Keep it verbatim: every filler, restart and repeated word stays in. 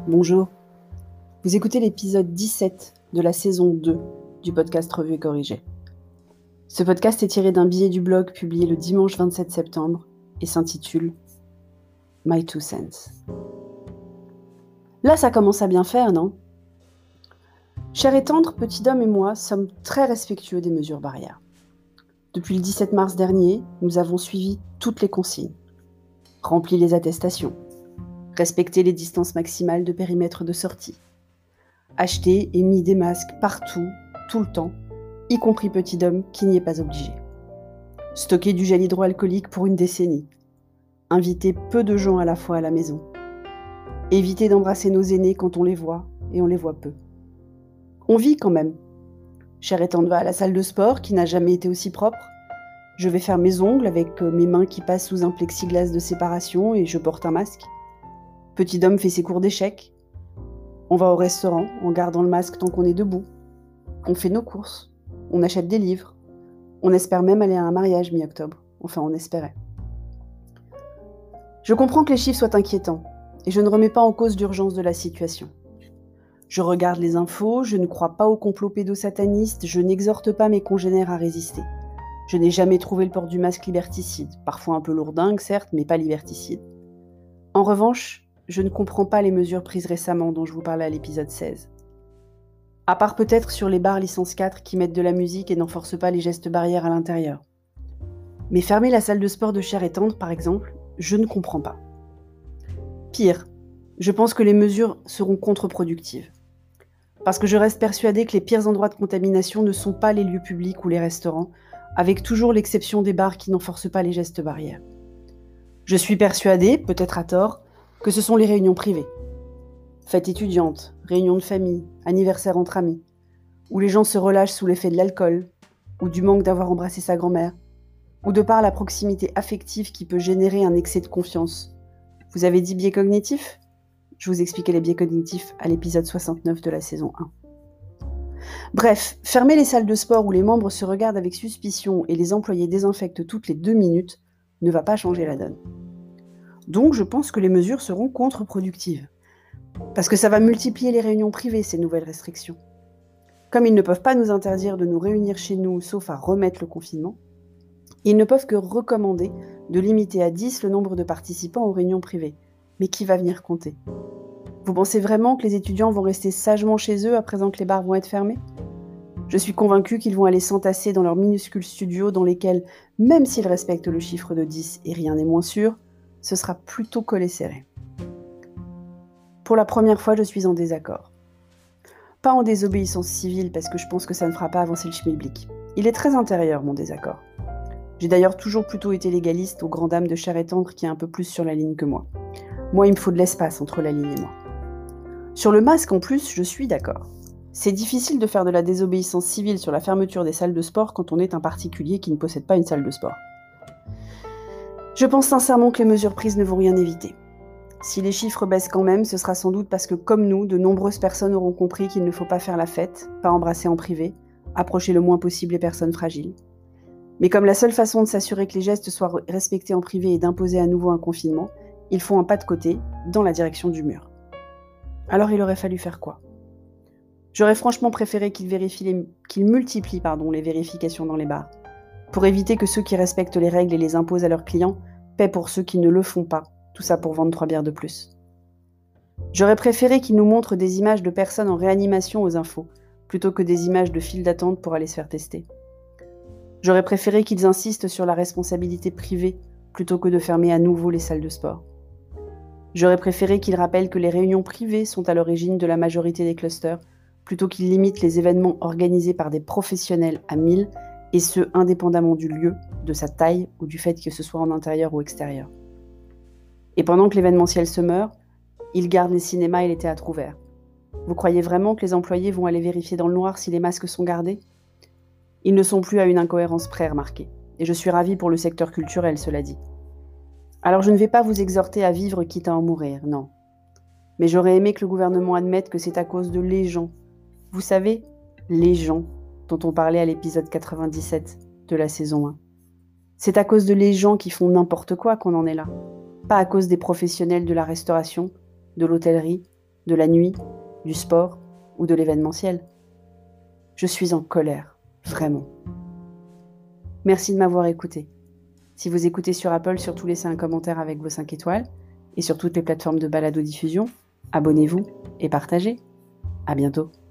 Bonjour, vous écoutez l'épisode dix-sept de la saison deux du podcast Revue et Corrigé. Ce podcast est tiré d'un billet du blog publié le dimanche vingt-sept septembre et s'intitule « My Two Cents ». Là, ça commence à bien faire, non ? Cher et tendre, Petit Homme et moi sommes très respectueux des mesures barrières. Depuis le dix-sept mars dernier, nous avons suivi toutes les consignes, rempli les attestations, respecté les distances maximales de périmètre de sortie, acheté et mis des masques partout, tout le temps, y compris Petit Homme qui n'y est pas obligé. Stocké du gel hydroalcoolique pour une décennie, invité peu de gens à la fois à la maison, éviter d'embrasser nos aînés quand on les voit et on les voit peu. On vit quand même. Cher et tendre va à la salle de sport qui n'a jamais été aussi propre. Je vais faire mes ongles avec mes mains qui passent sous un plexiglas de séparation et je porte un masque. Petit Homme fait ses cours d'échecs. On va au restaurant en gardant le masque tant qu'on est debout. On fait nos courses. On achète des livres. On espère même aller à un mariage mi-octobre. Enfin, on espérait. Je comprends que les chiffres soient inquiétants et je ne remets pas en cause l'urgence de la situation. Je regarde les infos, je ne crois pas au complot pédosatanistes, je n'exhorte pas mes congénères à résister. Je n'ai jamais trouvé le port du masque liberticide, parfois un peu lourdingue certes, mais pas liberticide. En revanche, je ne comprends pas les mesures prises récemment dont je vous parlais à l'épisode seize. À part peut-être sur les bars licence quatre qui mettent de la musique et n'enforcent pas les gestes barrières à l'intérieur. Mais fermer la salle de sport de Cher et Tendre, par exemple, je ne comprends pas. Pire, je pense que les mesures seront contre-productives. Parce que je reste persuadée que les pires endroits de contamination ne sont pas les lieux publics ou les restaurants, avec toujours l'exception des bars qui n'enforcent pas les gestes barrières. Je suis persuadée, peut-être à tort, que ce sont les réunions privées. Fêtes étudiantes, réunions de famille, anniversaires entre amis, où les gens se relâchent sous l'effet de l'alcool, ou du manque d'avoir embrassé sa grand-mère, ou de par la proximité affective qui peut générer un excès de confiance. Vous avez dit biais cognitif ? Je vous expliquais les biais cognitifs à l'épisode soixante-neuf de la saison un. Bref, fermer les salles de sport où les membres se regardent avec suspicion et les employés désinfectent toutes les deux minutes ne va pas changer la donne. Donc je pense que les mesures seront contre-productives. Parce que ça va multiplier les réunions privées, ces nouvelles restrictions. Comme ils ne peuvent pas nous interdire de nous réunir chez nous, sauf à remettre le confinement, ils ne peuvent que recommander de limiter à dix le nombre de participants aux réunions privées. Mais qui va venir compter ? Vous pensez vraiment que les étudiants vont rester sagement chez eux à présent que les bars vont être fermés ? Je suis convaincue qu'ils vont aller s'entasser dans leurs minuscules studios dans lesquels, même s'ils respectent le chiffre de dix et rien n'est moins sûr, ce sera plutôt collé serré. Pour la première fois, je suis en désaccord. Pas en désobéissance civile, parce que je pense que ça ne fera pas avancer le schmilblick. Il est très intérieur, mon désaccord. J'ai d'ailleurs toujours plutôt été légaliste aux grandes dames de Cher et Tendre qui est un peu plus sur la ligne que moi. Moi, il me faut de l'espace entre la ligne et moi. Sur le masque, en plus, je suis d'accord. C'est difficile de faire de la désobéissance civile sur la fermeture des salles de sport quand on est un particulier qui ne possède pas une salle de sport. Je pense sincèrement que les mesures prises ne vont rien éviter. Si les chiffres baissent quand même, ce sera sans doute parce que, comme nous, de nombreuses personnes auront compris qu'il ne faut pas faire la fête, pas embrasser en privé, approcher le moins possible les personnes fragiles. Mais comme la seule façon de s'assurer que les gestes soient respectés en privé est d'imposer à nouveau un confinement, ils font un pas de côté, dans la direction du mur. Alors il aurait fallu faire quoi ? J'aurais franchement préféré qu'ils vérifient les... qu'ils multiplient pardon, les vérifications dans les bars, pour éviter que ceux qui respectent les règles et les imposent à leurs clients paient pour ceux qui ne le font pas, tout ça pour vendre trois bières de plus. J'aurais préféré qu'ils nous montrent des images de personnes en réanimation aux infos, plutôt que des images de files d'attente pour aller se faire tester. J'aurais préféré qu'ils insistent sur la responsabilité privée, plutôt que de fermer à nouveau les salles de sport. J'aurais préféré qu'ils rappellent que les réunions privées sont à l'origine de la majorité des clusters, plutôt qu'ils limitent les événements organisés par des professionnels à mille, et ce, indépendamment du lieu, de sa taille ou du fait que ce soit en intérieur ou extérieur. Et pendant que l'événementiel se meurt, ils gardent les cinémas et les théâtres ouverts. Vous croyez vraiment que les employés vont aller vérifier dans le noir si les masques sont gardés ? Ils ne sont plus à une incohérence près, remarquez. Et je suis ravie pour le secteur culturel, cela dit. Alors je ne vais pas vous exhorter à vivre quitte à en mourir, non. Mais j'aurais aimé que le gouvernement admette que c'est à cause de les gens. Vous savez, les gens dont on parlait à l'épisode quatre-vingt-dix-sept de la saison un. C'est à cause de les gens qui font n'importe quoi qu'on en est là. Pas à cause des professionnels de la restauration, de l'hôtellerie, de la nuit, du sport ou de l'événementiel. Je suis en colère, vraiment. Merci de m'avoir écouté. Si vous écoutez sur Apple, surtout laissez un commentaire avec vos cinq étoiles. Et sur toutes les plateformes de balado-diffusion, abonnez-vous et partagez. À bientôt.